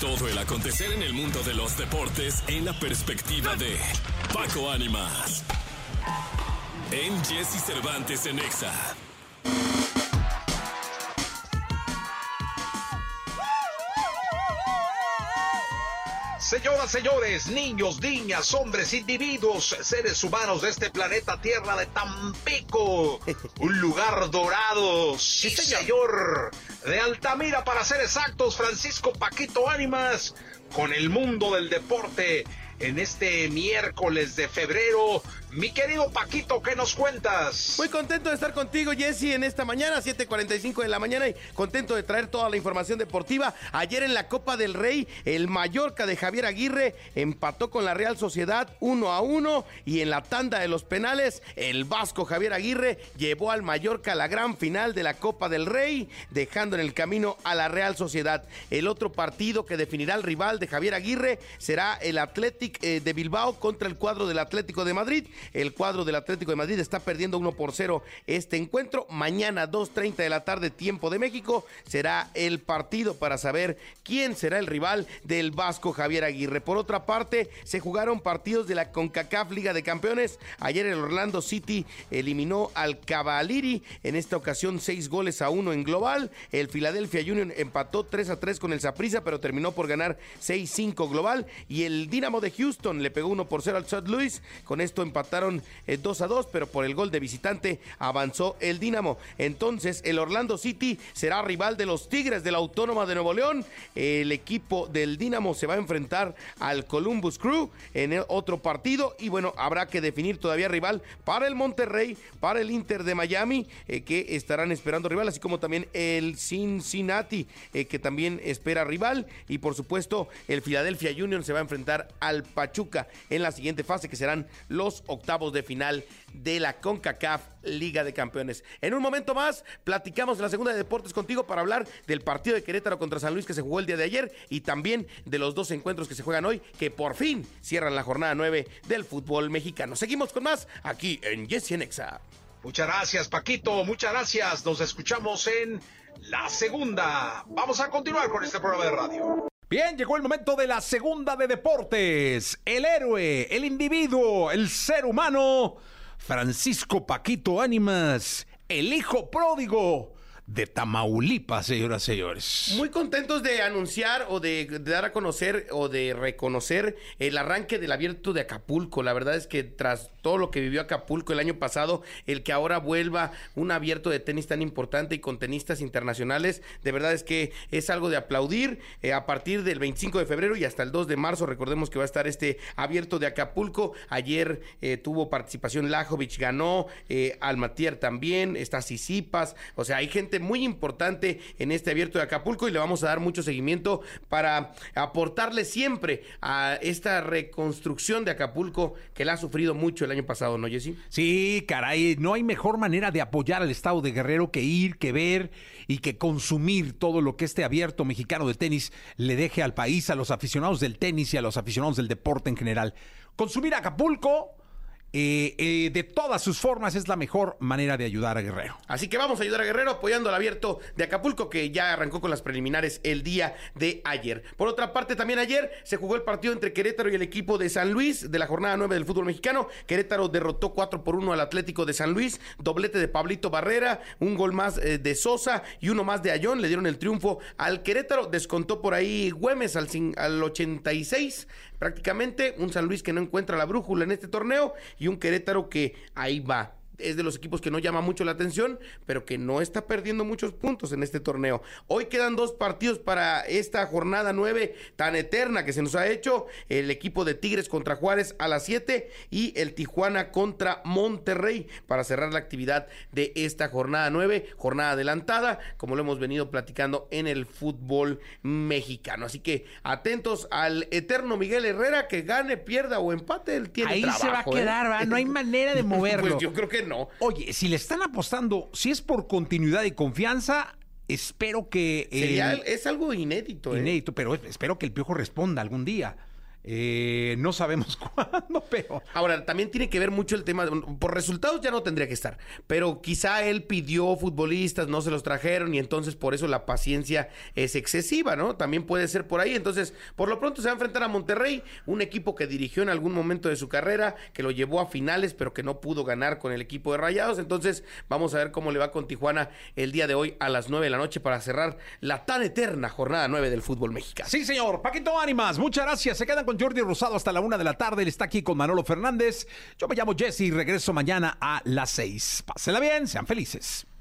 Todo el acontecer en el mundo de los deportes en la perspectiva de Paco Ánimas. En Jesse Cervantes en Exa. Señoras, señores, niños, niñas, hombres, individuos, seres humanos de este planeta Tierra de Tampico, un lugar dorado, sí señor, de Altamira para ser exactos, Francisco Paquito Ánimas, con el mundo del deporte en este miércoles de febrero. Mi querido Paquito, ¿qué nos cuentas? Muy contento de estar contigo, Jesse, en esta mañana, 7:45 de la mañana, y contento de traer toda la información deportiva. Ayer en la Copa del Rey, el Mallorca de Javier Aguirre empató con la Real Sociedad 1-1, y en la tanda de los penales, el vasco Javier Aguirre llevó al Mallorca a la gran final de la Copa del Rey, dejando en el camino a la Real Sociedad. El otro partido que definirá al rival de Javier Aguirre será el Athletic de Bilbao contra el cuadro del Atlético de Madrid. El cuadro del Atlético de Madrid está perdiendo 1-0 este encuentro. Mañana 2:30 de la tarde, tiempo de México, será el partido para saber quién será el rival del vasco Javier Aguirre. Por otra parte, se jugaron partidos de la CONCACAF Liga de Campeones. Ayer el Orlando City eliminó al Cavalry, en esta ocasión 6-1 en global. El Philadelphia Union empató 3-3 con el Saprissa, pero terminó por ganar 6-5 global. Y el Dynamo de Houston le pegó 1-0 al St. Louis. Con esto empataron 2-2, pero por el gol de visitante avanzó el Dynamo. Entonces el Orlando City será rival de los Tigres de la Autónoma de Nuevo León. El equipo del Dynamo se va a enfrentar al Columbus Crew en el otro partido, y bueno, habrá que definir todavía rival para el Monterrey, para el Inter de Miami, que estarán esperando rival, así como también el Cincinnati, que también espera rival, y por supuesto el Philadelphia Union se va a enfrentar al Pachuca en la siguiente fase, que serán los octavos de final de la CONCACAF Liga de Campeones. En un momento más platicamos de la segunda de deportes contigo para hablar del partido de Querétaro contra San Luis que se jugó el día de ayer, y también de los dos encuentros que se juegan hoy, que por fin cierran la jornada 9 del fútbol mexicano. Seguimos con más aquí en Jesse en Exa. Muchas gracias, Paquito, muchas gracias. Nos escuchamos en la segunda. Vamos a continuar con este programa de radio. Bien, llegó el momento de la segunda de deportes. El héroe, el individuo, el ser humano, Francisco Paquito Ánimas, el hijo pródigo de Tamaulipas, señoras y señores. Muy contentos de anunciar o de dar a conocer o de reconocer el arranque del Abierto de Acapulco. La verdad es que tras todo lo que vivió Acapulco el año pasado, el que ahora vuelva un abierto de tenis tan importante y con tenistas internacionales, de verdad es que es algo de aplaudir. A partir del 25 de febrero y hasta el 2 de marzo, recordemos que va a estar este Abierto de Acapulco. Ayer tuvo participación Lajovic, ganó, Almatier también, está Tsitsipas, o sea, hay gente muy importante en este Abierto de Acapulco, y le vamos a dar mucho seguimiento para aportarle siempre a esta reconstrucción de Acapulco que la ha sufrido mucho el año pasado, ¿no, Jesse? Sí, caray, no hay mejor manera de apoyar al estado de Guerrero que ir, que ver y que consumir todo lo que este Abierto mexicano de tenis le deje al país, a los aficionados del tenis y a los aficionados del deporte en general. Consumir Acapulco de todas sus formas es la mejor manera de ayudar a Guerrero. Así que vamos a ayudar a Guerrero apoyando al Abierto de Acapulco, que ya arrancó con las preliminares el día de ayer. Por otra parte, también ayer se jugó el partido entre Querétaro y el equipo de San Luis de la jornada 9 del fútbol mexicano. Querétaro derrotó 4-1 al Atlético de San Luis, doblete de Pablito Barrera, un gol más de Sosa y uno más de Ayón, le dieron el triunfo al Querétaro. Descontó por ahí Güemes al 86, prácticamente un San Luis que no encuentra la brújula en este torneo, y un Querétaro que ahí va. Es de los equipos que no llama mucho la atención, pero que no está perdiendo muchos puntos en este torneo. Hoy quedan dos partidos para esta jornada 9 tan eterna que se nos ha hecho. El equipo de Tigres contra Juárez a las 7 y el Tijuana contra Monterrey para cerrar la actividad de esta jornada 9, jornada adelantada, como lo hemos venido platicando en el fútbol mexicano. Así que atentos al eterno Miguel Herrera, que gane, pierda o empate, él tiene ahí trabajo. Se va a quedar, ¿va? No hay manera de moverlo. Pues yo creo que no. Oye, si le están apostando, si es por continuidad y confianza, espero que... Es algo inédito. Inédito, pero espero que el Piojo responda algún día. No sabemos cuándo, pero... Ahora, también tiene que ver mucho el tema, por resultados ya no tendría que estar, pero quizá él pidió futbolistas, no se los trajeron y entonces por eso la paciencia es excesiva, ¿no? También puede ser por ahí. Entonces, por lo pronto se va a enfrentar a Monterrey, un equipo que dirigió en algún momento de su carrera, que lo llevó a finales, pero que no pudo ganar con el equipo de Rayados. Entonces, vamos a ver cómo le va con Tijuana el día de hoy a las 9 de la noche para cerrar la tan eterna jornada 9 del fútbol mexicano. Sí, señor. Paquito Ánimas, muchas gracias. Se quedan con Jordi Rosado hasta la 1 de la tarde. Él está aquí con Manolo Fernández. Yo me llamo Jesse y regreso mañana a las 6. Pásenla bien, sean felices.